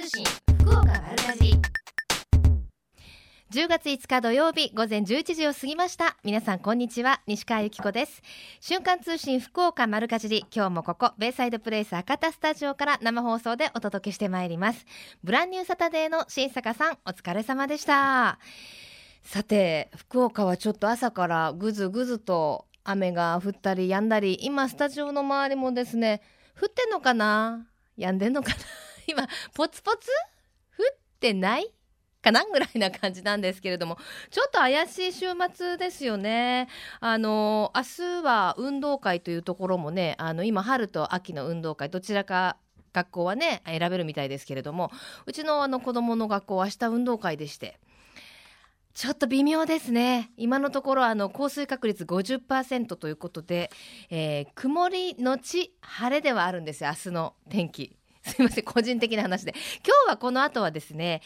信福岡丸かじり。10月5日土曜日午前11時を過ぎました。皆さんこんにちは、西川由紀子です。瞬間通信福岡丸かじり、今日もここベイサイドプレイス博多スタジオから生放送でお届けしてまいります。ブランニューサタデーの新坂さん、お疲れ様でした。さて、福岡はちょっと朝からぐずぐずと雨が降ったり止んだり、今スタジオの周りもですね、降ってんのかな止んでんのかな今ポツポツ降ってないかなぐらいな感じなんですけれども、ちょっと怪しい週末ですよね。明日は運動会というところもね、今春と秋の運動会どちらか学校はね選べるみたいですけれども、うちの子供の学校は明日運動会でして、ちょっと微妙ですね。今のところ降水確率 50% ということで、曇りのち晴れではあるんですよ、明日の天気。すいません、個人的な話で。今日はこの後はですね、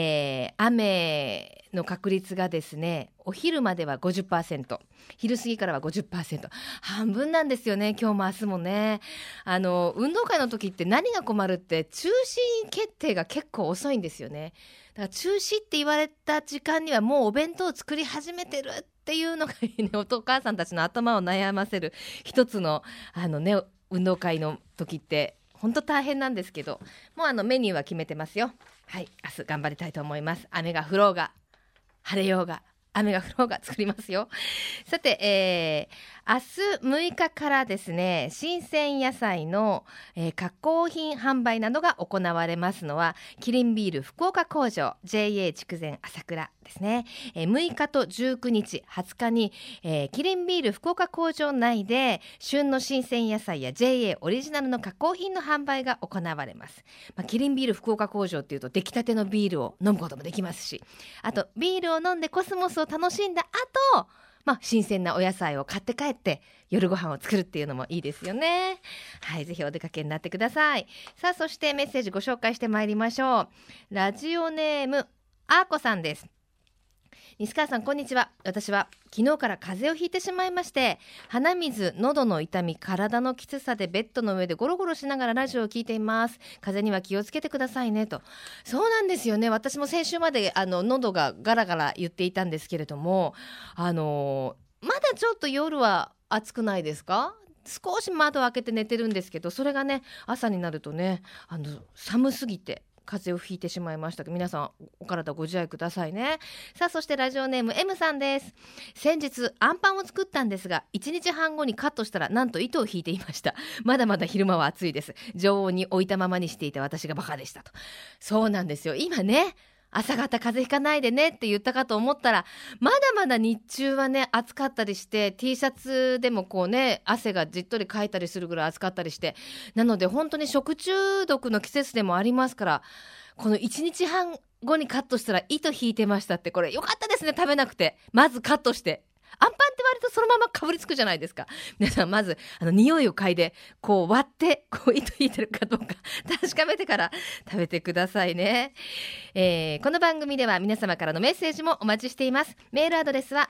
雨の確率がですね、お昼までは 50%、 昼過ぎからは 50%、 半分なんですよね、今日も明日もね。運動会の時って何が困るって、中止決定が結構遅いんですよね。だから中止って言われた時間にはもうお弁当を作り始めてるっていうのがね、お母さんたちの頭を悩ませる一つの運動会の時って本当大変なんですけど、もうメニューは決めてますよ。はい、明日頑張りたいと思います。雨が降ろうが晴れようが雨が降ろうが作りますよ。さて、明日6日からですね、新鮮野菜の、加工品販売などが行われますのはキリンビール福岡工場 JA 筑前朝倉ですね。6日と19日20日に、キリンビール福岡工場内で旬の新鮮野菜や JA オリジナルの加工品の販売が行われます。キリンビール福岡工場っていうと出来たてのビールを飲むこともできますし、あとビールを飲んでコスモスを楽しんだ後、新鮮なお野菜を買って帰って夜ご飯を作るっていうのもいいですよね。はい、ぜひお出かけになってください。さあ、そしてメッセージご紹介してまいりましょう。ラジオネームあーこさんです。西川さん、こんにちは。私は昨日から風邪をひいてしまいまして、鼻水、喉の痛み、体のきつさでベッドの上でゴロゴロしながらラジオを聞いています。風邪には気をつけてくださいねと。そうなんですよね。私も先週まで喉がガラガラ言っていたんですけれども、まだちょっと夜は暑くないですか？少し窓を開けて寝てるんですけど、それがね朝になるとね寒すぎて風邪をひいてしまいました。皆さんお体ご自愛くださいね。さあ、そしてラジオネーム M さんです。先日アンパンを作ったんですが、1日半後にカットしたらなんと糸を引いていました。まだまだ昼間は暑いです。常温に置いたままにしていた私がバカでしたと。そうなんですよ。今ね、朝方風邪ひかないでねって言ったかと思ったら、まだまだ日中はね暑かったりして、 T シャツでもこうね汗がじっとりかいたりするぐらい暑かったりして、なので本当に食中毒の季節でもありますから、この1日半後にカットしたら糸引いてましたって、これ良かったですね。食べなくてまずカットして、アンパンって割とそのままかぶりつくじゃないですか。皆さんまず匂いを嗅いでこう割ってこう糸引いてるかどうか確かめてから食べてくださいね。この番組では皆様からのメッセージもお待ちしています。メールアドレスは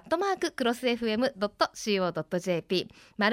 丸@crossfm.co.jp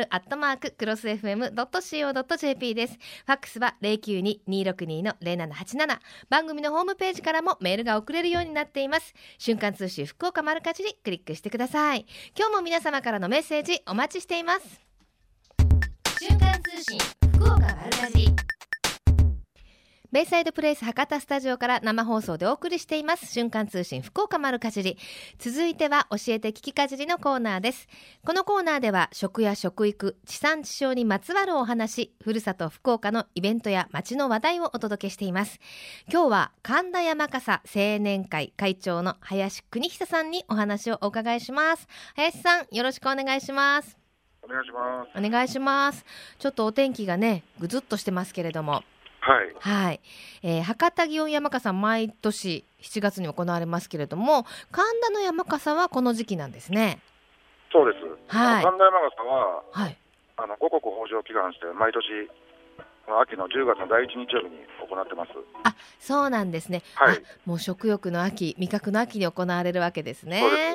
丸@crossfm.co.jp です。ファックスは 092-262-0787。番組のホームページからもメールが送れるようになっています。瞬間通信福岡丸かじり、クリックしてください。今日も皆様からのメッセージお待ちしています。瞬間通信福岡丸かじり、ベイサイドプレイス博多スタジオから生放送でお送りしています瞬間通信福岡丸かじり。続いては教えて聞きかじりのコーナーです。このコーナーでは食や食育、地産地消にまつわるお話、ふるさと福岡のイベントや街の話題をお届けしています。今日は神田山笠青年会会長の林邦久さんにお話をお伺いします。林さん、よろしくお願いします。 お願いします。 お願いします。ちょっとお天気がねぐずっとしてますけれども、はい、博多祇園山笠毎年7月に行われますけれども、神田の山笠はこの時期なんですね。 そうです、 はい、 神田山笠は、 はい、 五穀豊穣を祈願して毎年秋の10月の第1日曜日に行ってます。 あ、そうなんですね、 はい、 もう食欲の秋、味覚の秋に行われるわけですね。 そうです。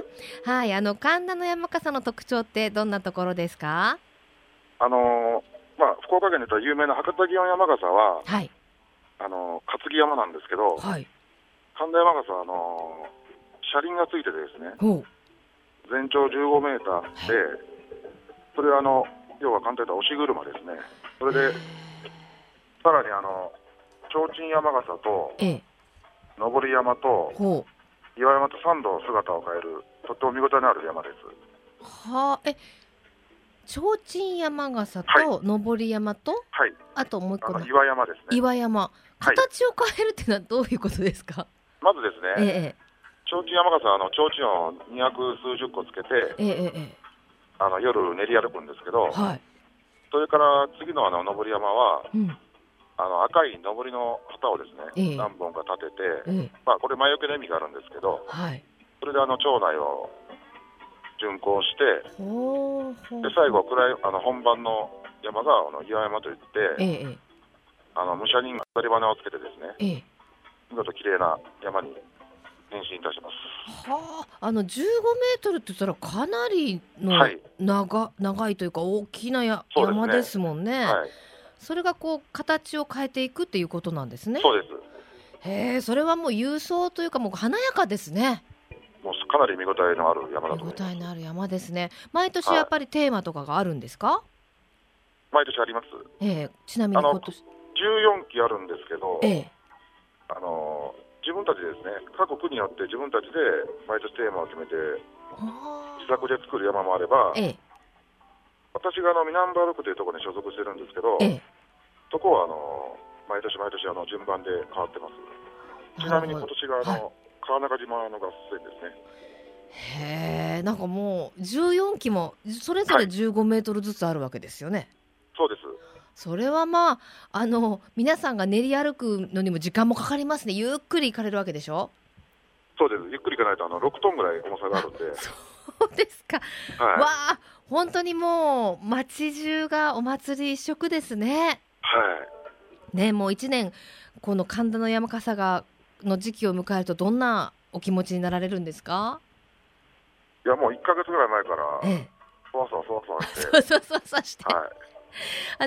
はい、神田の山笠の特徴ってどんなところですか？ 福岡県で言うと有名な博多祇園山笠は、 はい、 担杉山なんですけど、 はい。 神田山笠車輪がついててですね、 ほう。 全長15メーターで、それ要は簡単に言ったら押し車ですね。それでさらに提灯山笠とええ。 登山とほう。 岩山と3度姿を変える、とっても見応えのある山です。 はあ、提灯山笠はいと登山と、 はい、 あともう一個岩山ですね。 岩山。 はい、 形を変えるっていうのはどういうことですか？ まずですね、 ええ提灯山笠は提灯を200数十個つけて、 ええええ。 夜練り歩くんですけど、 はい。 それから次の登山はうん。 赤い登りの旗をですね、 ええ何本か立てて、 ええ。 これ魔除けの意味があるんですけど、 はい。 それで町内を巡行して、 ほうほう。 で最後本番の山が岩山といって、 ええええ。 武者人が飾り花をつけてですね、 ええ。 見事綺麗な山に変身いたします。 はあ、15メートルって言ったらかなりのはい、 長いというか大きなそうですね、 山ですもんね。 はい、 それがこう形を変えていくっていうことなんですね。 そうです。 へえ、それはもう勇壮というかもう華やかですね。 もうかなり見応えのある山だ見と思います。 応えのある山ですね。毎年はい、 やっぱりテーマとかがあるんですか？ 毎年あります。 ちなみに今年。 14期あるんですけど、 ええ。 自分たちでですね、各区によって自分たちで毎年テーマを決めて自作で作る山もあれば、 ええ。 私がミナンバーロックというところに所属してるんですけど、 ええ。 そこは毎年毎年順番で変わってます。ちなみに今年がはい。 川中島の合戦ですね。 へえ、なんかもう14機もそれぞれはい、 15メートルずつあるわけですよね。 そうです。 それはまあ皆さんが練り歩くのにも時間もかかりますね。ゆっくり行かれるわけでしょ？ そうです。ゆっくり行かないと6トンぐらい重さがあるんで。 そうですか。 はい、 わあ、本当にもう街中がお祭り一色ですね。 はい。 ね、もう1年この神田の山笠がの時期を迎えるとどんなお気持ちになられるんですか？ いやもう1ヶ月ぐらい前からええ。 そわそわそわそわして、 そうして、 はい、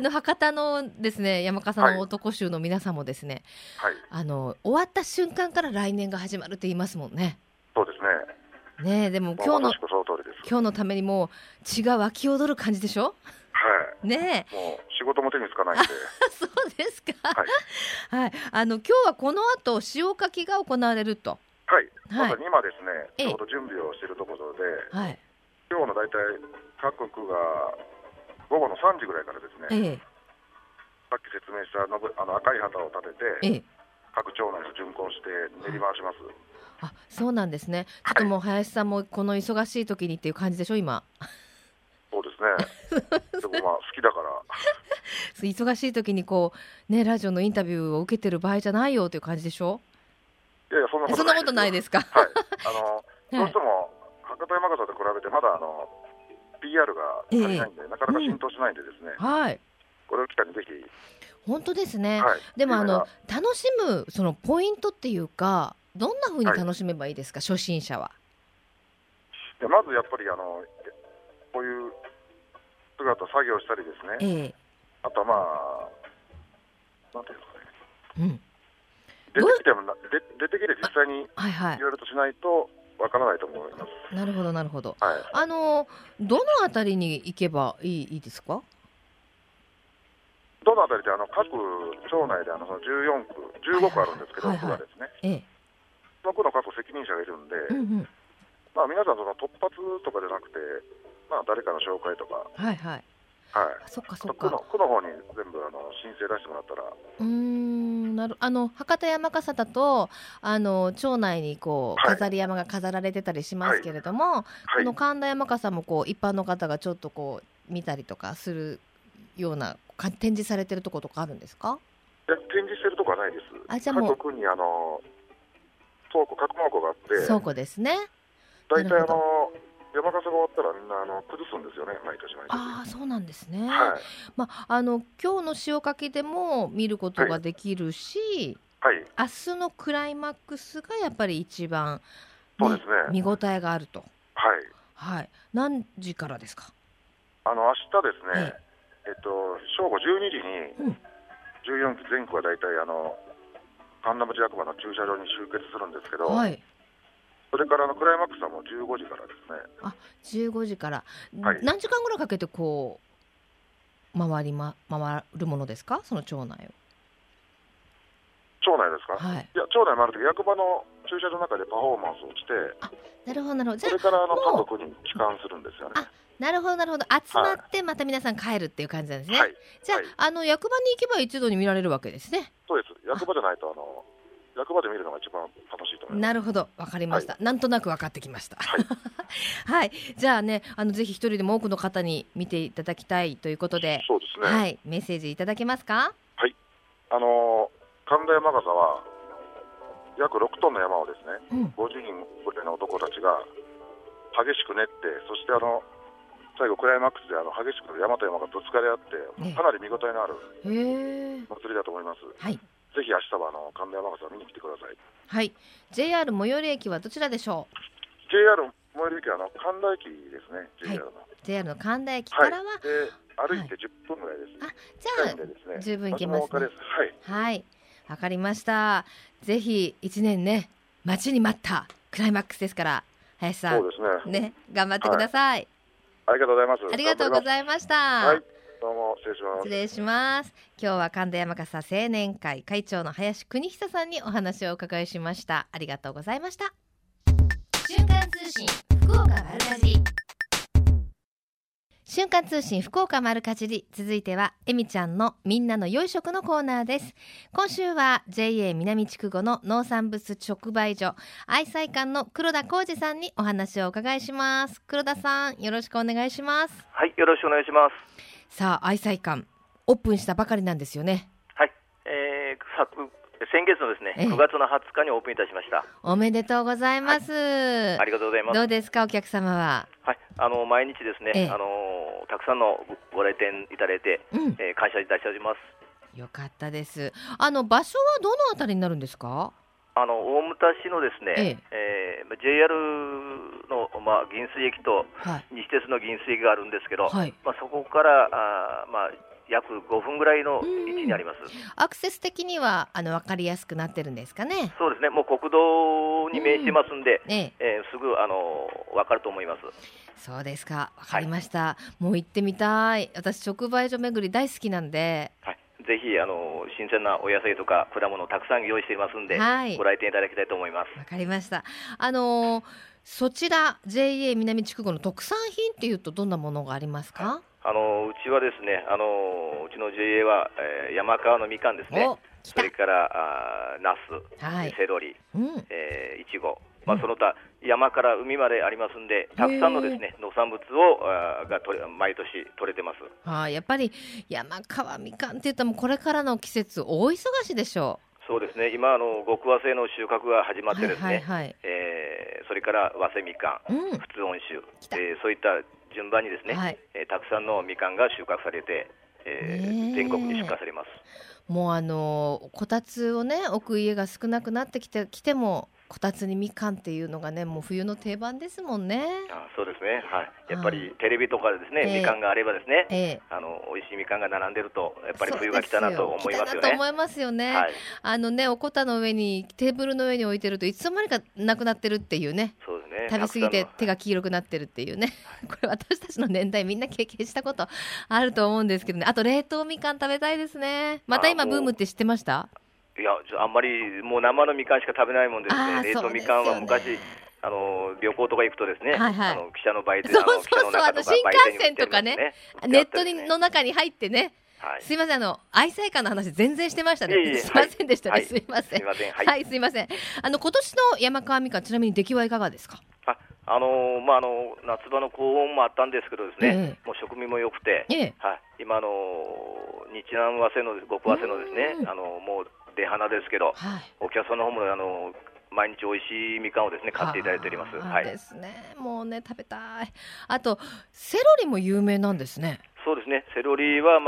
博多のですね山笠の男衆の皆さんもですね、 はい、 終わった瞬間から来年が始まるって言いますもんね。 そうですね。 ねえ、でもまさしくその通りです。 今日のためにもう血が湧き踊る感じでしょ？ はい。 ねえ。 もう仕事も手につかないんで。 そうですか。 はい。 はい。今日はこの後塩かきが行われると。 はい。 はい。 まさに今ですね、 ええちょうど準備をしているところで、 はい。 今日の大体各区が午後の3時ぐらいからですね、 ええさっき説明した赤い旗を立てて、 ええ。 各町内を巡行して練り回します。 あ、そうなんですね。ちょっはい。 ともう林さんもこの忙しい時にっていう感じでしょ今。 そうですね。でも好きだから。 忙しい時にこうねラジオのインタビューを受けてる場合じゃないよという感じでしょ？ いやいや、そんなことないですよ。 ないですか？ はい。どうしても博多山笠と比べてまだPR が足りないんで、なかなか浸透しないんでですね、 はい。 これを機会にぜひ。 本当ですね。 はい。 でも有名な楽しむそのポイントっていうかどんな風にはい。 楽しめばいいですか、初心者は。 でまずやっぱりこういう姿作業したりですえね。 え。 あとはなんていうんですかね。 うん。 出どうてきても出てきて実際にはいはい。 いろいろとしないとわからないと思います。 なるほどなるほど。 はい。 どのあたりに行けばいいですか？ どのあたりで各町内でその14区、15区あるんですけど、 はいはい。 区がですね、 ええ。 その区の各責任者がいるんで、 うんうん。 皆さんその突発とかじゃなくて、誰かの紹介とか、 はいはい。 はい。 そっかそあとっか。 区の方に全部申請出してもらったら、 博多山笠だと町内にこうはい、 飾り山が飾られてたりしますはい、 けれども、 はい。 この神田山笠もこう一般の方がちょっとこう見たりとかするような展示されてるところとかあるんですか？ いや、展示してるとこはないです。 あ、じゃあもう各区に倉庫、格納庫があって、 倉庫ですね。 大体なるほど。 山笠が終わったらみんな崩すんですよね、毎年毎年。 ああ、そうなんですね。 はい、 今日の塩かきでも見ることはい、 ができるし、 はい。 明日のクライマックスがやっぱり一番ね、 そうですね。 見応えがあると。 はい。 はい。何時からですか？ 明日ですえね、正午12時にうん。 14期全区は大体神田町役場の駐車場に集結するんですけど、 はい。 それからクライマックスはもう15時からですね。 あ、15時から、 はい何時間ぐらいかけてこう回るものですか、その町内を。 町内ですか？ はい。 いや、町内回るとき役場の駐車場の中でパフォーマンスをして、 なるほどなるほど。じゃそれからもう各国に帰還するんですよね。 あ、なるほどなるほど。集まってまた皆さん帰るっていう感じなんですね。 はい。 じゃあ、 はい、 役場に行けば一度に見られるわけですね。 そうです。役場じゃないと役場で見るのが一番楽しいと思います。 なるほど、わかりました、 はなんとなく分かってきました。 はいはい、じゃあね、ぜひ一人でも多くの方に見ていただきたいということで、 そうですね。 はい、メッセージいただけますか？ はい。神田山笠は約6トンの山をですね、50人ぐらいの男たちが激しく練って、そして最後クライマックスで激しく山と山がぶつかり合って、かなり見応えのある祭りだと思います。 はい。 ぜひ明日は神田山笠を見に来てください。 はい。JR 最寄り駅はどちらでしょう？ JR 最寄り駅は神田駅ですね。JR の、 JR の神田駅からは、 で歩いて10分ぐらいです。 あ、じゃあ、 ですね、 十分行けますね。 はい。 はい、わかりました。ぜひ1年ね、待ちに待ったクライマックスですから、林さん、 そうですね。 頑張ってください。 ありがとうございます。 ありがとうございました。 はい、どうも失礼します。 失礼します。今日は神田山笠青年会会長の林邦久さんにお話をお伺いしました。ありがとうございました。瞬間通信福岡丸かじり。瞬間通信福岡丸かじり、続いてはえみちゃんのみんなの良い食のコーナーです。今週は JA 南筑後の農産物直売所愛妻館の黒田浩二さんにお話をお伺いします。黒田さん、よろしくお願いします。 はい、よろしくお願いします。 さあ、愛妻館オープンしたばかりなんですよね。 はい、先月のですね、9月の20日にオープンいたしました。 おめでとうございます。 ありがとうございます。 どうですか、お客様は？ はい、毎日ですね、たくさんのご来店いただいて、感謝いたしております。 よかったです。場所はどのあたりになるんですか？ 大牟田市のですね、JR の、銀水駅と西鉄の銀水駅があるんですけど、そこから約5分ぐらいの位置にあります。 アクセス的には分かりやすくなってるんですかね？ そうですね、もう国道に面してますんで、すぐ分かると思います。 そうですか、分かりました、もう行ってみたい。私直売所巡り大好きなんで、 ぜひ新鮮なお野菜とか果物をたくさん用意していますんで、ご来店いただきたいと思います。 わかりました。そちら JA 南筑後の特産品っていうとどんなものがありますか？ うちはですね、うちの JA は、山川のみかんですね、それからナス、セロリ、いちご、その他山から海までありますんで、たくさんのですね農産物が毎年取れてます。 やっぱり山川みかんって言ったらもうこれからの季節大忙しでしょう？ そうですね、今極早生の収穫が始まってですね、それから早生みかん、普通温酒、そういった順番にですね、たくさんのみかんが収穫されて、全国に出荷されます。 もうこたつをね置く家が少なくなってきてもこたつにみかんっていうのがね、もう冬の定番ですもんね。 そうですね、やっぱりテレビとかでですね、みかんがあればですね、美味しいみかんが並んでるとやっぱり冬が来たなと思いますよね。 来たなと思いますよね。おこたの上にテーブルの上に置いてるといつの間にかなくなってるっていうね。 そうですね、 食べ過ぎて手が黄色くなってるっていうねこれ私たちの年代みんな経験したことあると思うんですけどね。あと冷凍みかん食べたいですね。また今ブームって知ってました？ いや、あんまりもう生のみかんしか食べないもんですね。冷凍みかんは昔旅行とか行くとですね、汽車の売店、 新幹線とかね、ネットの中に入ってね、すいません、愛妻館の話全然してましたね。すいませんでしたね。すいません。はい、すいません。今年の山川みかん、ちなみに出来はいかがですか？ 夏場の高温もあったんですけどですね、もう食味も良くて、今日南早生の極早生のですね、もう出花ですけど、お客さんの方も毎日美味しいみかんをですね買っていただいております。 ですね。もうね食べたい。あとセロリも有名なんですね。 そうですね、セロリは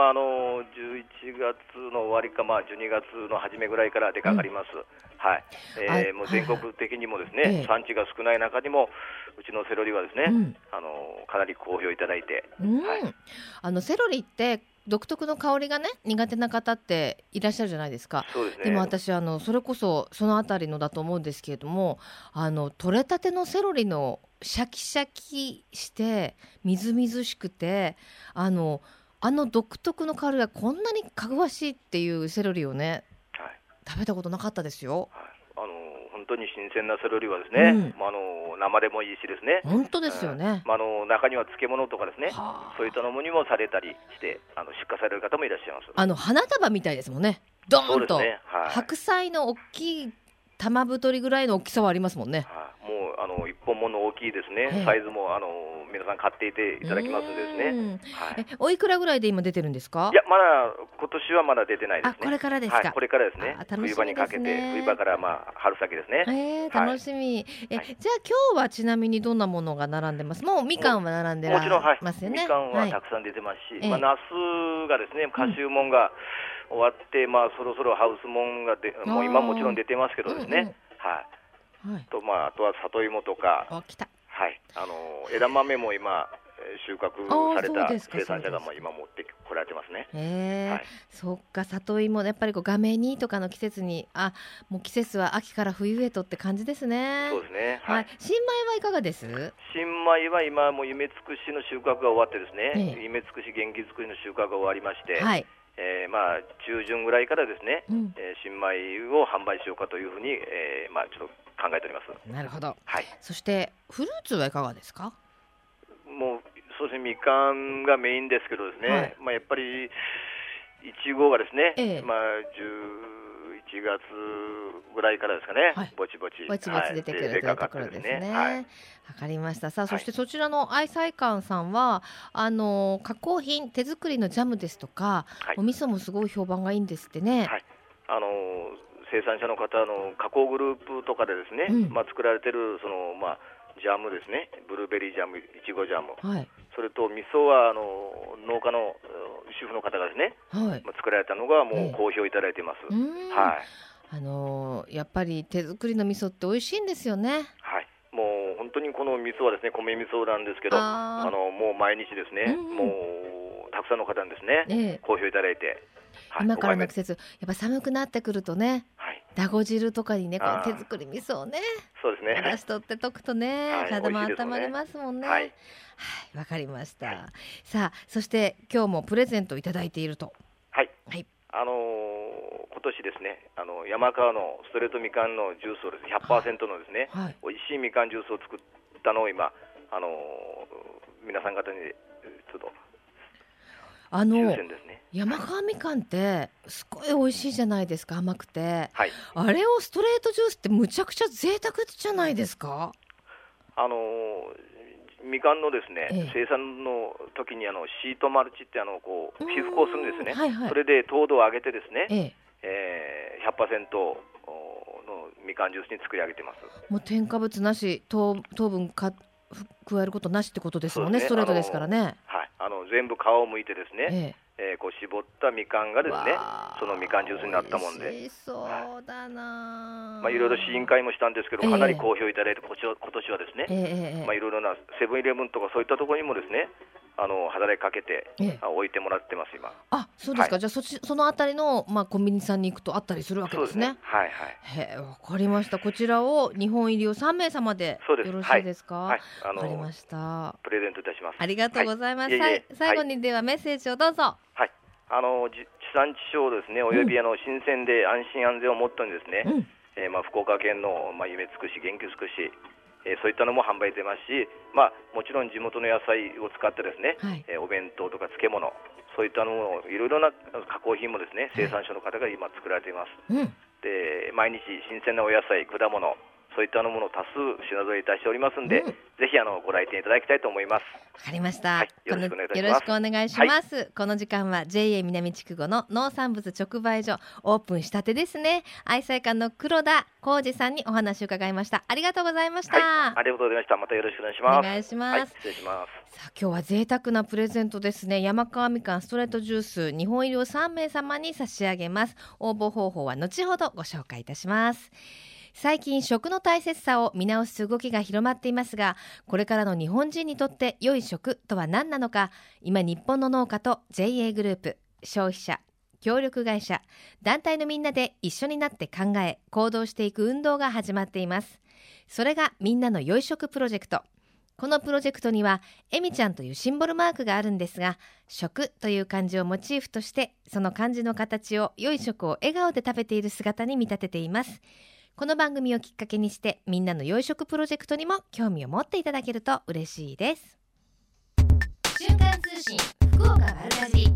11月の終わりか12月の初めぐらいから出かかります。もう全国的にもですね、産地が少ない中にもうちのセロリはですね、かなり好評いただいて、 セロリって独特の香りがね苦手な方っていらっしゃるじゃないですか。 そうですね。 でも私それこそそのあたりのだと思うんですけれども、取れたてのセロリのシャキシャキしてみずみずしくて独特の香りがこんなにかぐわしいっていうセロリをね、食べたことなかったですよ。 本当に新鮮なセロリはですね、生でもいいしですね。 本当ですよね。 中には漬物とかですね、そういったものにもされたりして出荷される方もいらっしゃいます。 花束みたいですもんね。ドーンと、 ね、 白菜の大きい玉太りぐらいの大きさはありますもんね。 もう一本もの大きいですね。サイズも皆さん買っていていただきますんですね。 おいくらぐらいで今出てるんですか？ いや、まだ今年はまだ出てないですね。 これからですか？ これからですね。冬場にかけて、冬場から春先ですね。 楽しみ。じゃあ今日はちなみにどんなものが並んでます？もうみかんは並んでますよね。 みかんはたくさん出てますし、ナスがですね、夏秋門が終わって、そろそろハウス門がもう今もちろん出てますけどですね。あとは里芋とか、枝豆も今収穫された生産者が今持ってこられてますね。 そっか、里芋やっぱり画面にとかの季節にもう季節は秋から冬へとって感じですね。 そうですね。 新米はいかがです？ 新米は今もう夢尽くしの収穫が終わってですね、夢尽くし元気尽くしの収穫が終わりまして、中旬ぐらいからですね、新米を販売しようかというふうに、ちょっと考えております。 なるほど。そしてフルーツはいかがですか？ もうそうですね、みかんがメインですけどですね、やっぱりいちごがですね、11月ぐらいからですかね、ぼちぼち出てくるというところですね。わかりました。さあ、そしてそちらの愛妻館さんは加工品、手作りのジャムですとか、お味噌もすごい評判がいいんですってね。 生産者の方の加工グループとかでですね、作られてるジャムですね、ブルーベリージャム、いちごジャム、それと味噌は農家の主婦の方がですね、作られたのがもう好評いただいています。 やっぱり手作りの味噌って美味しいんですよね。 もう本当にこの味噌はですね、米味噌なんですけど、もう毎日ですね、もうたくさんの方にですね、好評いただいて、 今からの季節やっぱ寒くなってくるとね、だご汁とかにね、この手作り味噌をね、 そうですね、 出しとって溶くとね、体も温まりますもんね。わかりました。さあ、そして今日もプレゼントいただいていると。 今年ですね、山川のストレートみかんのジュースをですね、100% のですね、美味しいみかんジュースを作ったのを今皆さん方にちょっと抽選ですね。 山川みかんってすごい美味しいじゃないですか、甘くて、あれをストレートジュースってむちゃくちゃ贅沢じゃないですか？ みかんのですね、生産の時にシートマルチって被覆をするんですね。それで糖度を上げてですね、100% のみかんジュースに作り上げてます。 もう添加物なし、糖分加えることなしってことですもんね。ストレートですからね。 全部皮を剥いてですね、絞ったみかんがですね、そのみかんジュースになったもんで、 美味しそうだな。 いろいろ試飲会もしたんですけど、かなり好評いただいて、今年はですね、いろいろなセブンイレブンとかそういったところにもですね、働きかけて置いてもらってます今。 そうですか。じゃあそのあたりのコンビニさんに行くとあったりするわけですね。わかりました。こちらを日本入りを3名様でよろしいですか？わかりました。 プレゼントいたします。 ありがとうございます。最後にではメッセージをどうぞ。 地産地消ですね、および新鮮で安心安全をモットーにですね、福岡県の夢尽くし元気尽くし、そういったのも販売してますし、もちろん地元の野菜を使ってですね、お弁当とか漬物、そういったのもいろいろな加工品もですね、生産者の方が今作られています。で、毎日新鮮なお野菜、果物、そういったものを多数品揃えいたしておりますので、ぜひご来店いただきたいと思います。 わかりました。よろしくお願いします。この時間は JA 南筑後の農産物直売所オープンしたてですね。愛妻館の黒田浩二さんにお話を伺いました。ありがとうございました。 ありがとうございました。またよろしくお願いします。 お願いします。 失礼します。 さあ、今日は贅沢なプレゼントですね。山川みかんストレートジュース日本入りを3名様に差し上げます。応募方法は後ほどご紹介いたします。 最近食の大切さを見直す動きが広まっていますが、これからの日本人にとって良い食とは何なのか、今日本の農家と JA グループ、消費者、協力会社、団体のみんなで一緒になって考え行動していく運動が始まっています。それがみんなの良い食プロジェクト。このプロジェクトにはえみちゃんというシンボルマークがあるんですが、食という漢字をモチーフとして、その漢字の形を良い食を笑顔で食べている姿に見立てています。この番組をきっかけにして、みんなの良い食プロジェクトにも興味を持っていただけると嬉しいです。瞬間通信福岡丸かじり。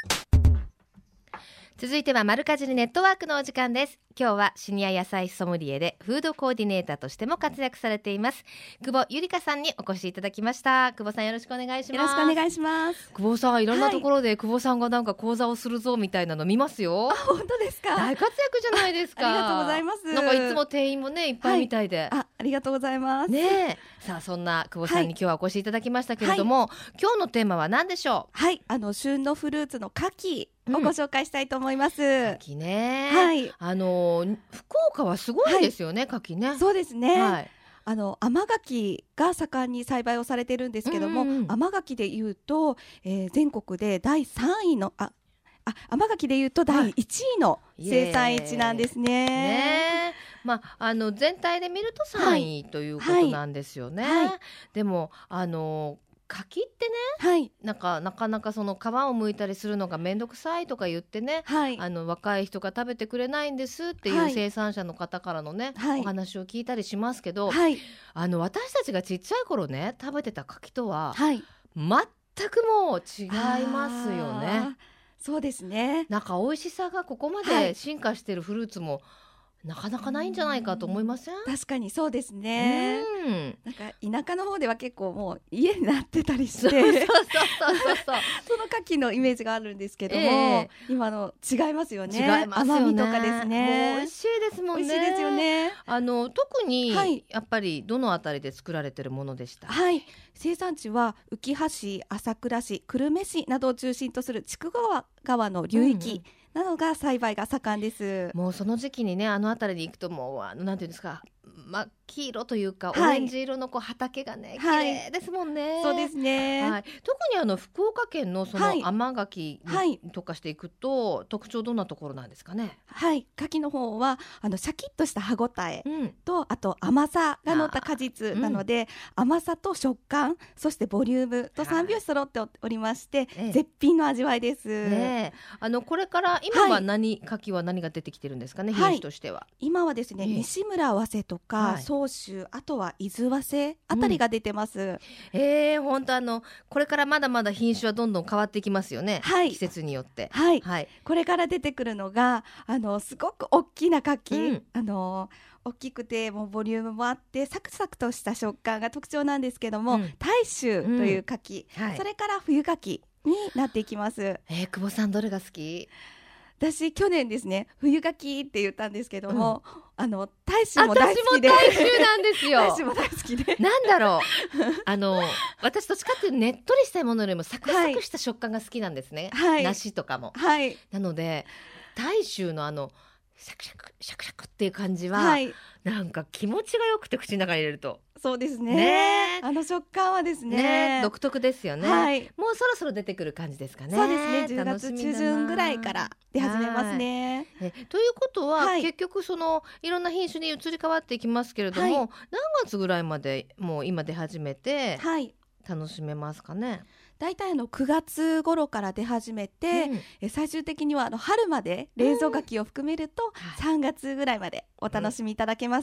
続いては丸かじりネットワークのお時間です。今日はシニア野菜ソムリエでフードコーディネーターとしても活躍されています久保ゆりかさんにお越しいただきました。久保さん、よろしくお願いします。 よろしくお願いします。 久保さん、いろんなところで久保さんがなんか講座をするぞみたいなの見ますよ。 本当ですか。 大活躍じゃないですか。 ありがとうございます。 なんかいつも店員もねいっぱいみたいで、 ありがとうございますね。さあ、そんな久保さんに今日はお越しいただきましたけれども、今日のテーマは何でしょう。 はい、旬のフルーツの牡蠣をご紹介したいと思います。 牡蠣ね、 はい、 福岡はすごいですよね、牡蠣ね。 そうですね、 はい、 甘牡蠣が盛んに栽培をされているんですけども、甘牡蠣でいうと、全国で第3位の甘牡蠣でいうと第1位の生産地なんですね。 まあ、全体で見ると3位ということなんですよね。でも柿ってね、なかなかその皮を剥いたりするのがめんどくさいとか言ってね、若い人が食べてくれないんですっていう生産者の方からのね、お話を聞いたりしますけど、私たちがちっちゃい頃ね食べてた柿とは、全くもう違いますよね。 そうですね。 なんか美味しさがここまで進化してるフルーツもなかなかないんじゃないかと思いません？ 確かにそうですね。なんか田舎の方では結構もう家になってたりして、その牡蠣のイメージがあるんですけども、今の違いますよね。 違いますよね。 甘みとかですね。 もう美味しいですもんね。 美味しいですよね。 特にやっぱりどのあたりで作られてるものでした？ 生産地は浮羽市、朝倉市、久留米市などを中心とする筑川の流域などが栽培が盛んです。 もうその時期にね、あの辺りに行くともうなんていうんですか、黄色というかオレンジ色の畑がね、綺麗ですもんね。 そうですね。 特に福岡県のその甘柿に特化していくと、特徴どんなところなんですかね？ 柿の方はシャキッとした歯ごたえと、あと甘さが乗った果実なので、甘さと食感、そしてボリュームと3拍子揃っておりまして、絶品の味わいです。 これから今は柿は何が出てきてるんですかね、品種としては。 今はですね、西村早生とか総州、あとは伊豆早生あたりが出てます。 本当これからまだまだ品種はどんどん変わっていきますよね、季節によって。 これから出てくるのがすごく大きな柿、大きくてもうボリュームもあってサクサクとした食感が特徴なんですけども、大衆という柿、それから冬柿になっていきます。 久保さん、どれが好き？ 私去年ですね、冬柿って言ったんですけども、大衆も大好きで。 私も大衆なんですよ。 大衆も大好きで。 なんだろう、私どっちかっていうとねっとりしたものよりもサクサクした食感が好きなんですね。梨とかも。なので大衆のシャクシャクシャクシャクっていう感じは、なんか気持ちがよくて、口の中に入れると。 そうですね。食感はですね、 独特ですよね。もうそろそろ出てくる感じですかね。 そうですね。10月中旬ぐらいから出始めますね。 ということは、結局いろんな品種に移り変わっていきますけれども、何月ぐらいまでもう今出始めて楽しめますかね？ だいたい9月頃から出始めて、最終的には春まで冷蔵柿を含めると3月ぐらいまでお楽しみいただけます。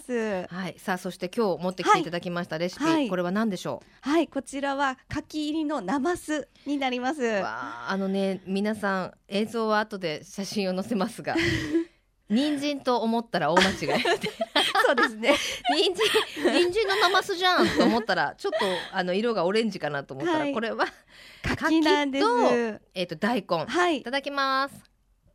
さあ、そして今日持ってきていただきましたレシピ、これは何でしょう？こちらは柿入りのなますになります。 皆さん映像は後で写真を載せますが人参と思ったら大間違いそうですね。 人参のなますじゃんと思ったらちょっと色がオレンジかなと思ったら、これは柿なんです。 大根、いただきます。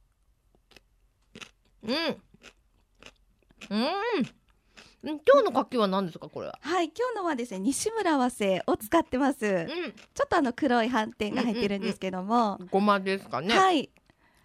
今日の柿は何ですか？これは。 今日のはですね、西村早生を使ってます。ちょっと黒い斑点が入ってるんですけども、 ごまですかね。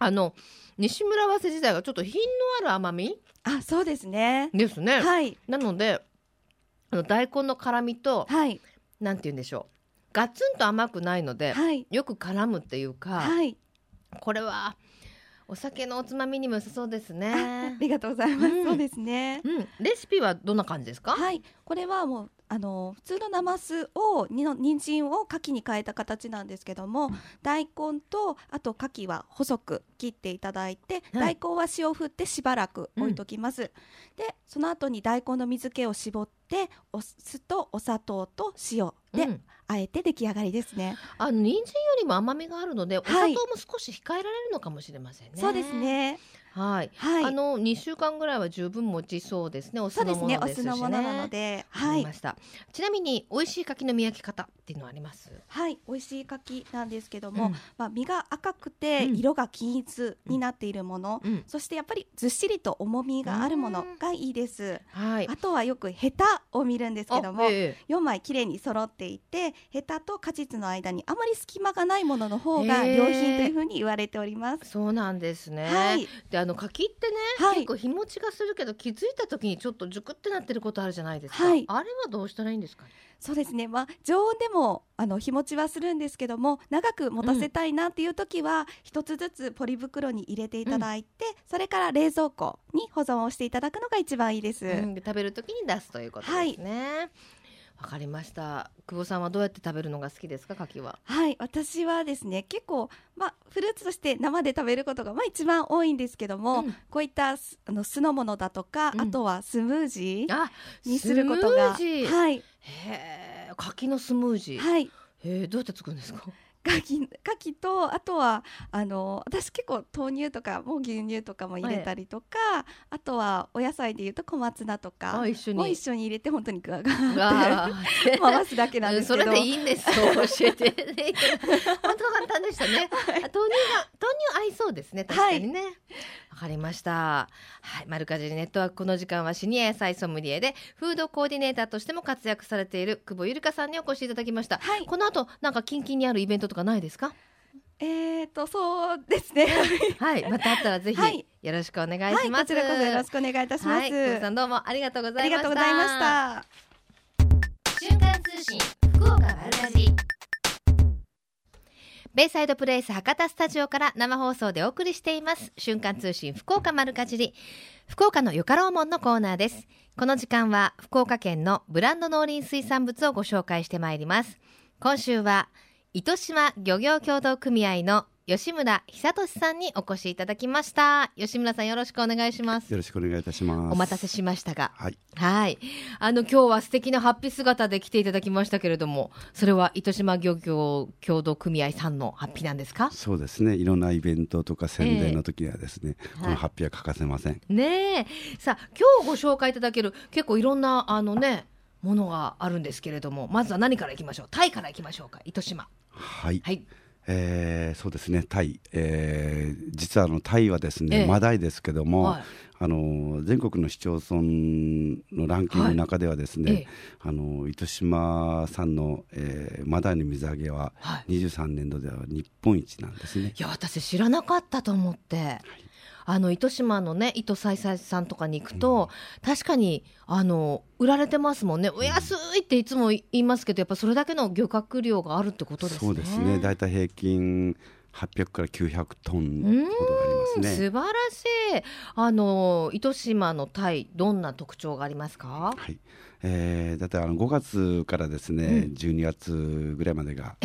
西村早生自体がちょっと品のある甘みそうですね。 ですね。 はい。 なので大根の辛みと、 はい、 なんて言うんでしょう、ガツンと甘くないので、 はい、 よく絡むっていうか、 はい、 これはお酒のおつまみにも良さそうですね。 ありがとうございます、そうですね、 レシピはどんな感じですか？ はい、これはもう普通のなますを人参を牡蠣に変えた形なんですけども、大根とあと牡蠣は細く切っていただいて、大根は塩を振ってしばらく置いときます、でその後に大根の水気を絞ってお酢とお砂糖と塩で、あえて出来上がりですね。 人参よりも甘みがあるので、お砂糖も少し控えられるのかもしれませんね。 そうですね。 はい、2週間ぐらいは十分持ちそうですね。お酢のものですしね。 そうですね、お酢のものなので、 はい、ちなみに美味しい柿の見分け方っていうのはあります？ はい、美味しい柿なんですけども、実が赤くて色が均一になっているもの、そしてやっぱりずっしりと重みがあるものがいいです、はい、あとはよくヘタを見るんですけども、4枚きれいに揃っていて、ヘタと果実の間にあまり隙間がないものの方が良品というふうに言われております。 そうなんですね、 はい、 で柿ってね、結構日持ちがするけど気づいた時にちょっとジュクってなってることあるじゃないですか、あれはどうしたらいいんですか？ そうですね、常温でも日持ちはするんですけども、長く持たせたいなっていう時は一つずつポリ袋に入れていただいて、それから冷蔵庫に保存をしていただくのが一番いいです、 食べる時に出すということですね。わかりました。久保さんはどうやって食べるのが好きですか？柿は。 はい、私はですね、結構、フルーツとして生で食べることが一番多いんですけども、こういった酢の物だとか、あとはスムージーにすることが、はい、 柿のスムージー、 はい、 どうやって作るんですか？ 牡蠣と、あとは私結構豆乳とかも牛乳とかも入れたりとか、あとはお野菜でいうと小松菜とかも一緒に入れて、本当にガーガーって回すだけなんですけど、 それでいいんですよ、教えて本当簡単でしたね、豆乳合いそうですね、確かにね。わかりました。はい、マルカジネットワーク、この時間はシニア野菜ソムリエでフードコーディネーターとしても活躍されている久保ゆりかさんにお越しいただきました、この後なんかキンキンにあるイベントとかないですか？ そうですねはい、またあったらぜひよろしくお願いします、 こちらこそよろしくお願いいたします。 久保さんどうもありがとうございました。 ありがとうございました。 瞬間通信福岡マルカジ、ベイサイドプレイス博多スタジオから生放送でお送りしています瞬間通信福岡丸かじり、福岡のよかろうもんのコーナーです。この時間は福岡県のブランド農林水産物をご紹介してまいります。今週は糸島漁業協同組合の吉村久俊さんにお越しいただきました。吉村さん、よろしくお願いします。 よろしくお願いいたします。 お待たせしましたが、 はい、 今日は素敵なハッピー姿で来ていただきましたけれども、それは糸島漁業協同組合さんのハッピーなんですか？ そうですね、いろんなイベントとか宣伝の時にはですね、このハッピーは欠かせません、 ねえ。さあ、今日ご紹介いただける結構いろんなものがあるんですけれども、まずは何からいきましょう？タイからいきましょうか。糸島。 はい、そうですね、タイ、実はタイはですね、マダイですけども、全国の市町村のランキングの中ではですね、糸島産の、マダイの水揚げは23年度では日本一なんですね。 いや、私知らなかったと思って、糸島のね、糸菜菜さんとかに行くと、確かに売られてますもんね。お安いっていつも言いますけど、やっぱそれだけの漁獲量があるってことですね。 そうですね、だいたい平均800から900トンほどありますね。 素晴らしい。糸島のタイ、どんな特徴がありますか？ はい、だいたい5月からですね、12月ぐらいまでが、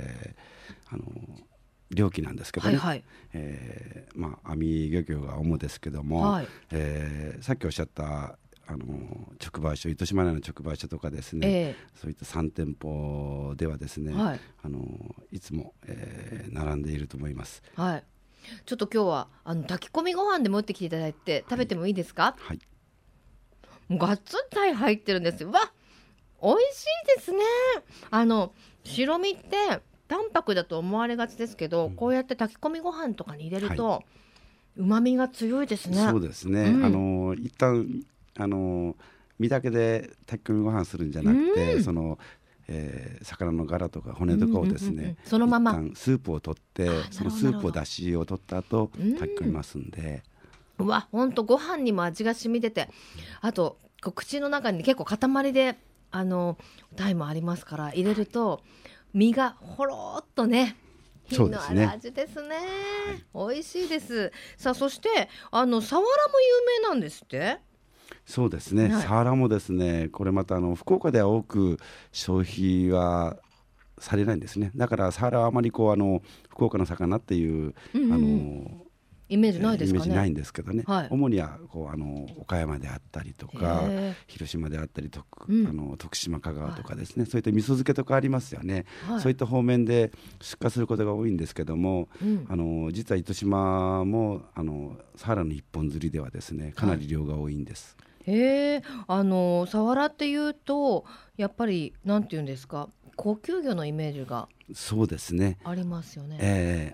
漁期なんですけどね、網漁業が主ですけども、さっきおっしゃった直売所、糸島内の直売所とかですね、そういった3店舗ではですね、いつも、並んでいると思います。 ちょっと今日は炊き込みご飯で持ってきていただいて食べてもいいですか？ガッツンタイ入ってるんですよ。わ、美味しいですね。白身って淡白だと思われがちですけど、こうやって炊き込みご飯とかに入れると旨味が強いですね。 そうですね、一旦身だけで炊き込みご飯するんじゃなくて、 魚のガラとか骨とかをですね、 そのまま一旦スープを取ってそのスープを出汁を取った後炊き込みますんで、 うわほんとご飯にも味が染みてて、あとこう口の中に結構塊で鯛もありますから、入れると身がほろっとね品のある味ですね。美味しいです。さあそしてサワラも有名なんですって。 そうですね、サワラもですね、これまた福岡では多く消費はされないんですね。だからサワラはあまりこう福岡の魚っていう、 イメージないですかね。 イメージないんですけどね、 はい、 主にはこう岡山であったりとか広島であったり徳島香川とかですね、はい、そういった味噌漬けとかありますよね、はい、そういった方面で出荷することが多いんですけども、実は糸島もサワラの一本釣りではですねかなり量が多いんです。 サワラっていうとやっぱりなんていうんですか、高級魚のイメージがそうですねありますよね。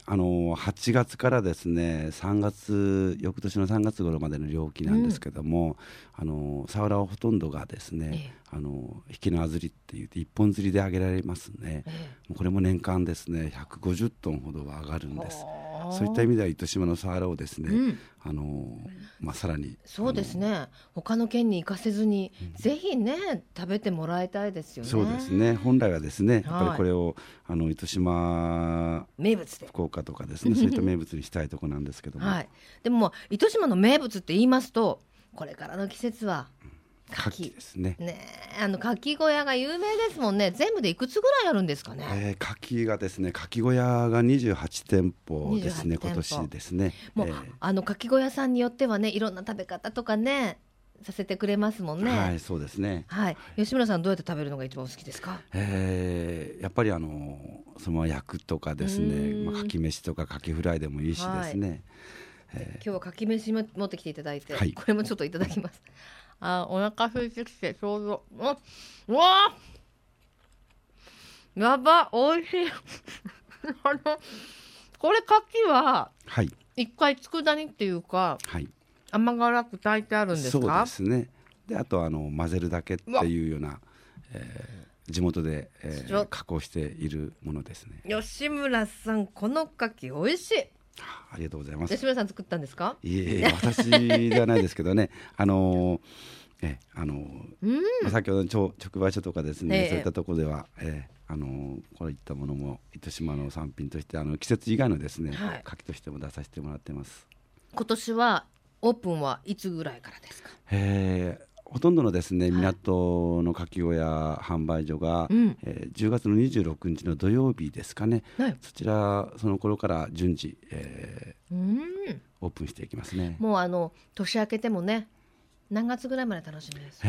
8月からですね翌年の3月頃までの漁期なんですけども、サワラはほとんどがですね、引きのあずりって言って一本釣りで上げられますね、これも年間ですね150トンほどは上がるんです。そういった意味では糸島のサワラをですね、さらにそうですね、他の県に行かせずに、ぜひね食べてもらいたいですよね。 そうですね、本来はですねやっぱりこれを糸島名物で福岡とかですねそういった名物にしたいところなんですけども、 でも糸島の名物って言いますとこれからの季節は牡蠣ですね。 牡蠣小屋が有名ですもんね。全部でいくつぐらいあるんですかね。 牡蠣がですね、牡蠣小屋が28店舗ですね、今年ですね。 もう牡蠣小屋さんによってはね、いろんな食べ方とかねさせてくれますもんね。 はい、そうですね。 はい、吉村さんどうやって食べるのが一番お好きですか。 やっぱりそのまま焼くとかですね、牡蠣飯とか牡蠣フライでもいいしですね。 今日は牡蠣飯も持ってきていただいて、 はい、 これもちょっといただきます。お腹空いてきてちょうど、うわやばおいしいこれ牡蠣は一回佃煮っていうか、はい、甘辛く炊いてあるんですか。 そうですね。であと混ぜるだけっていうような、地元で、加工しているものですね。 吉村さんこの牡蠣美味しい。 ありがとうございます。 吉村さん作ったんですか。 いえ私ではないですけどね先ほど直売所とかですね、そういったところでは、こういったものも糸島の産品として季節以外のですね、牡蠣としても出させてもらってます。 今年はオープンはいつぐらいからですか。 ほとんどのですね、港の牡蠣小屋販売所が、10月の26日の土曜日ですかね、その頃から順次、オープンしていきますね。 もう年明けてもね、何月ぐらいまで楽しみです。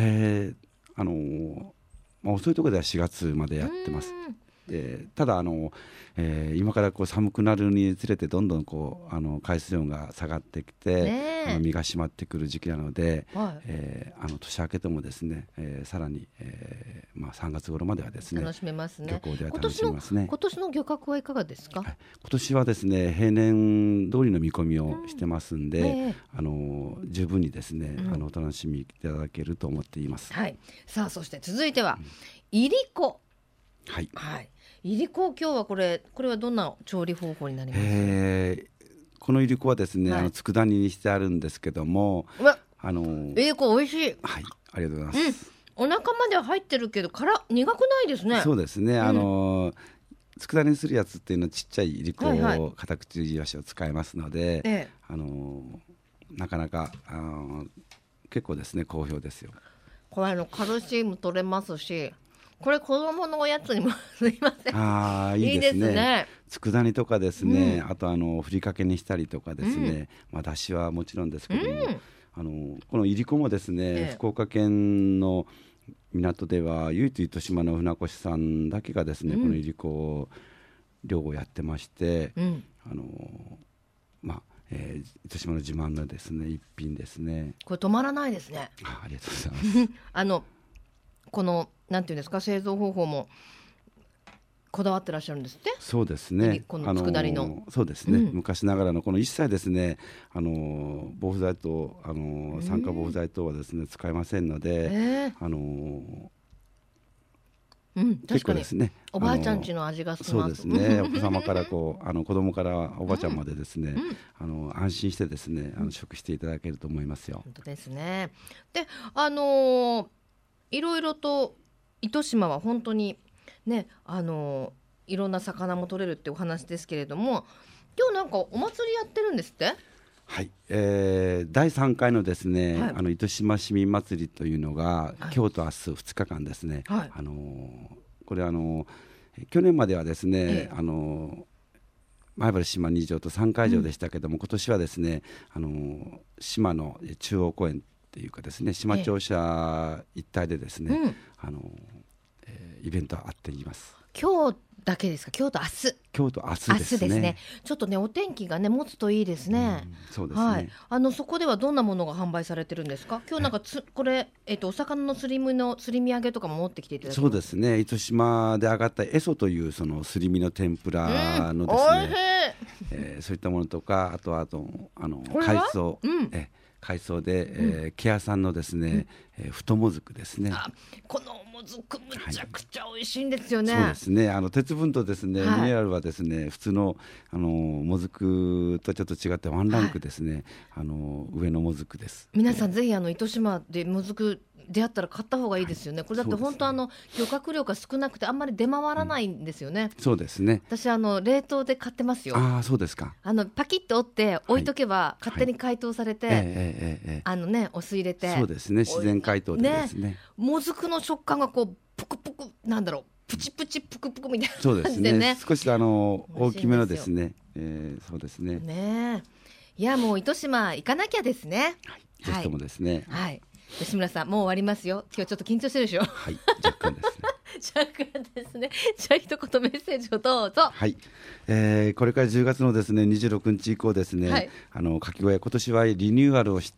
遅いところでは4月までやってます。ただ今から寒くなるにつれてどんどん海水温が下がってきて、身が締まってくる時期なので、年明けてもですね、さらに、3月頃まではですね楽しめますね。 漁港では楽しめますね。 今年の漁獲はいかがですか。 今年はですね平年通りの見込みをしてますんで、十分にですね、お楽しみいただけると思っています。 さあそして続いてはいりこ。いりこ、今日はこれはどんな調理方法になります。 このいりこはですね、佃煮にしてあるんですけども、 いりこ美味しい。 ありがとうございます。 お腹までは入ってるけど苦くないですね。 そうですね、佃煮にするやつっていうのはちっちゃいいりこを片口いわしを使いますので、なかなか結構ですね好評ですよ。 これカルシウム取れますし、これ子供のおやつにもすいません。 いいですね。佃煮とかですね、あとふりかけにしたりとかですね、だしはもちろんですけども、このいりこもですね、福岡県の港では唯一糸島の船越さんだけがですね、このいりこ漁をやってまして、糸島の自慢のですね一品ですね。 これ止まらないですね。 ありがとうございます。 このなんていうんですか、製造方法もこだわってらっしゃるんですって。 そうですね、 この佃煮のそうですね、昔ながらのこの一切ですね防腐剤と酸化防腐剤等はですね使えませんので、 結構ですね、おばあちゃん家の味がするなと。 そうですね、お子様から子供からおばちゃんまでですね、安心してですね食していただけると思いますよ。 本当ですね。でいろいろと糸島は本当にねいろんな魚も取れるってお話ですけれども、今日なんかお祭りやってるんですって？ はい、第3回のですね、糸島市民祭りというのが、今日と明日2日間ですね、これ去年まではですね、前原島2条と3会場でしたけども、今年はですね島の中央公園っていうかですね、島庁舎一帯でですね、イベントがあっています。 今日だけですか？今日と明日。 今日と明日ですね。 ちょっとねお天気がね持つといいですね。 そうですね。 そこではどんなものが販売されてるんですか？今日なんかこれお魚のすり身揚げとかも持ってきていただいて。 そうですね。糸島で揚がったエソというそのすり身の天ぷらのですね、そういったものとか、あと海藻で、ケアさんのですね、太もずくですね。 このもずくむちゃくちゃ美味しいんですよね。 そうですね。鉄分とですね、ミネラルはですね、普通のもずくとちょっと違ってワンランクですね、上のもずくです。 皆さんぜひ糸島でもずく出会ったら買った方がいいですよね。これだって本当漁獲量が少なくてあんまり出回らないんですよね。 そうですね。 私冷凍で買ってますよ。 そうですか。 パキッと折って置いとけば勝手に解凍されて、お酢入れて。 そうですね。自然解凍でですね。 もずくの食感がこうプクプクなんだろう、プチプチプクプクみたいなそうです感じでね。 少し大きめのですね。そうですね。 ね、いやもう糸島行かなきゃですね。 ぜひともですね。 吉村さんもう終わりますよ。今日ちょっと緊張してるでしょ。 はい、若干ですね。 若干ですね。じゃあ一言メッセージをどうぞ。 はい、これから10月のですね26日以降ですね、かき小屋今年はリニューアルをして、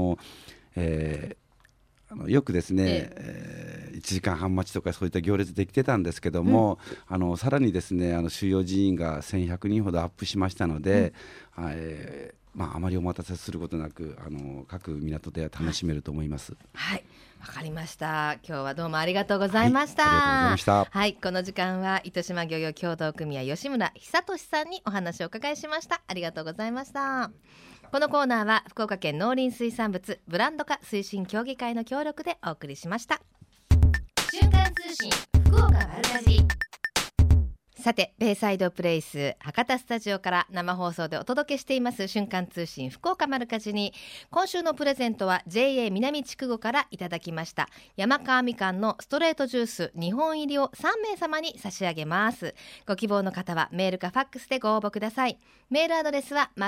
よくですね、1時間半待ちとかそういった行列できてたんですけども、さらにですね収容人員が1100人ほどアップしましたので、あまりお待たせすることなく各港では楽しめると思います。 はい、わかりました。今日はどうもありがとうございました。 ありがとうございました。 はい、この時間は糸島漁業協同組合吉村久俊さんにお話をお伺いしました。ありがとうございました。このコーナーは福岡県農林水産物ブランド化推進協議会の協力でお送りしました。瞬間通信福岡丸かじ。さてベイサイドプレイス博多スタジオから生放送でお届けしています瞬間通信福岡丸かじに、今週のプレゼントは JA 南筑後からいただきました山川みかんのストレートジュース2本入りを3名様に差し上げます。ご希望の方はメールかファックスでご応募ください。メールアドレスは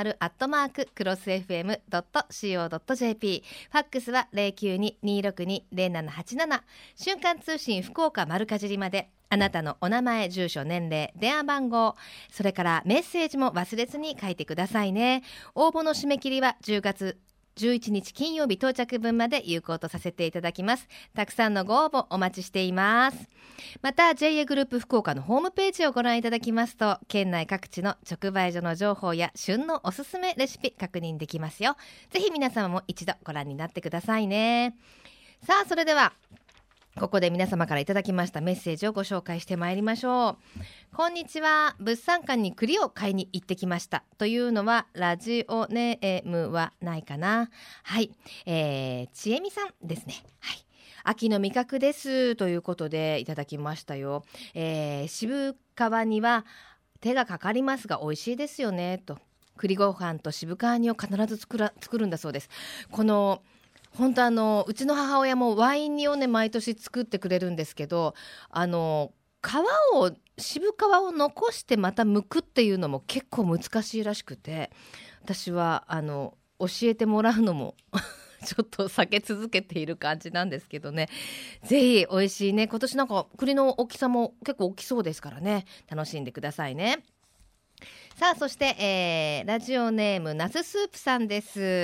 丸@crossfm.co.jp、 ファックスは 092-262-0787。 瞬間通信福岡丸かじりまであなたのお名前、住所、年齢、電話番号、それからメッセージも忘れずに書いてくださいね。応募の締め切りは10月11日金曜日到着分まで有効とさせていただきます。たくさんのご応募お待ちしています。また JA グループ福岡のホームページをご覧いただきますと、県内各地の直売所の情報や旬のおすすめレシピ確認できますよ。ぜひ皆様も一度ご覧になってくださいね。さあそれではここで皆様からいただきましたメッセージをご紹介してまいりましょう。こんにちは、物産館に栗を買いに行ってきましたというのはラジオネームはないかな。はい、ちえみさんですね。はい、秋の味覚ですということでいただきましたよ。渋皮には手がかかりますが美味しいですよねと。栗ご飯と渋皮煮を必ず作るんだそうです。この本当うちの母親もワイン煮をね毎年作ってくれるんですけど、渋皮を残してまた剥くっていうのも結構難しいらしくて、私は教えてもらうのもちょっと避け続けている感じなんですけどね。ぜひ美味しいね、今年なんか栗の大きさも結構大きそうですからね、楽しんでくださいね。 さあそして、ラジオネームナススープさんです。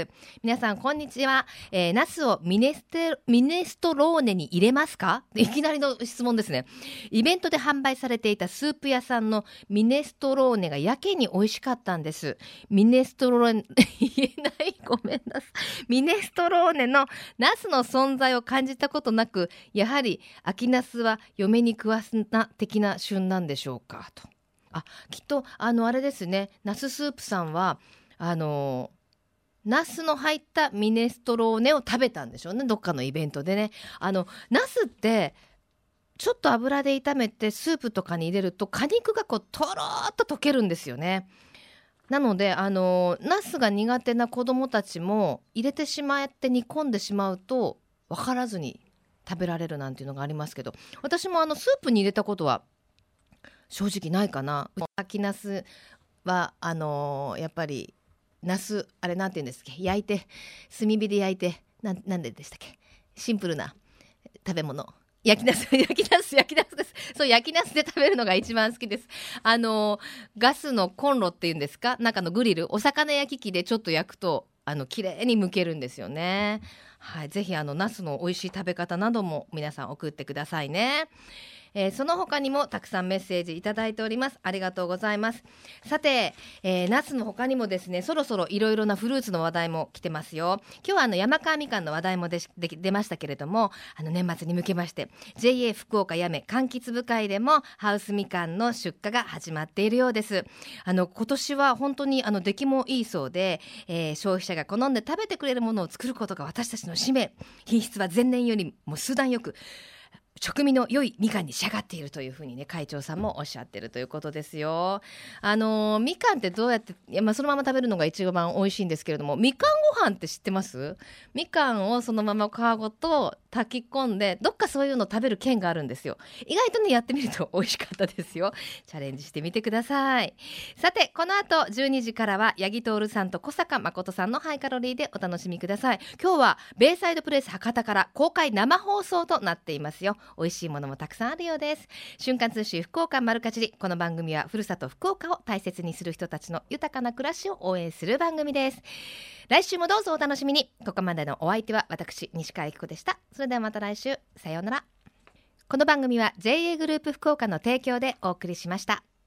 皆さんこんにちは。ナスをミネストローネに入れますか？いきなりの質問ですね。イベントで販売されていたスープ屋さんのミネストローネがやけに美味しかったんです。ミネストローネ言えない、ごめんなさい。ミネストローネのナスの存在を感じたことなく、やはり秋ナスは嫁に食わすな的な旬なんでしょうかと。きっとあれですね、ナススープさんはナスの入ったミネストローネを食べたんでしょうね、どっかのイベントでね。ナスってちょっと油で炒めてスープとかに入れると果肉がこうとろーっと溶けるんですよね。なのでナスが苦手な子どもたちも入れてしまって煮込んでしまうと分からずに食べられるなんていうのがありますけど、私もスープに入れたことは正直ないかな。秋ナスはやっぱりナスあれなんて言うんですっけ、焼いて炭火で焼いてなんででしたっけ、シンプルな食べ物、焼きナスです。そう、焼きナスで食べるのが一番好きです。ガスのコンロっていうんですか、中のグリル、お魚焼き器でちょっと焼くと綺麗に剥けるんですよね。はい、ぜひナスの美味しい食べ方なども皆さん送ってくださいね。その他にもたくさんメッセージいただいております。ありがとうございます。さて、ナスの他にもですね、そろそろいろいろなフルーツの話題も来てますよ。今日は山川みかんの話題も出ましたけれども、年末に向けまして JA 福岡やめ柑橘部会でもハウスみかんの出荷が始まっているようです。今年は本当に出来もいいそうで、消費者が好んで食べてくれるものを作ることが私たちの使命。品質は前年よりも数段よく食味の良いみかんに仕上がっているというふうにね、会長さんもおっしゃってるということですよ。みかんってどうやってそのまま食べるのが一番美味しいんですけれども、みかんご飯って知ってます？みかんをそのまま皮ごと炊き込んで、どっかそういうの食べる県があるんですよ。意外とね、やってみると美味しかったですよ。チャレンジしてみてください。さてこの後12時からは八木徹さんと小坂誠さんのハイカロリーでお楽しみください。今日はベイサイドプレイス博多から公開生放送となっていますよ。美味しいものもたくさんあるようです。瞬間通信福岡丸かじり。この番組はふるさと福岡を大切にする人たちの豊かな暮らしを応援する番組です。来週もどうぞお楽しみに。ここまでのお相手は私西川由紀子でした。それではまた来週、さようなら。この番組は JA グループ福岡の提供でお送りしました。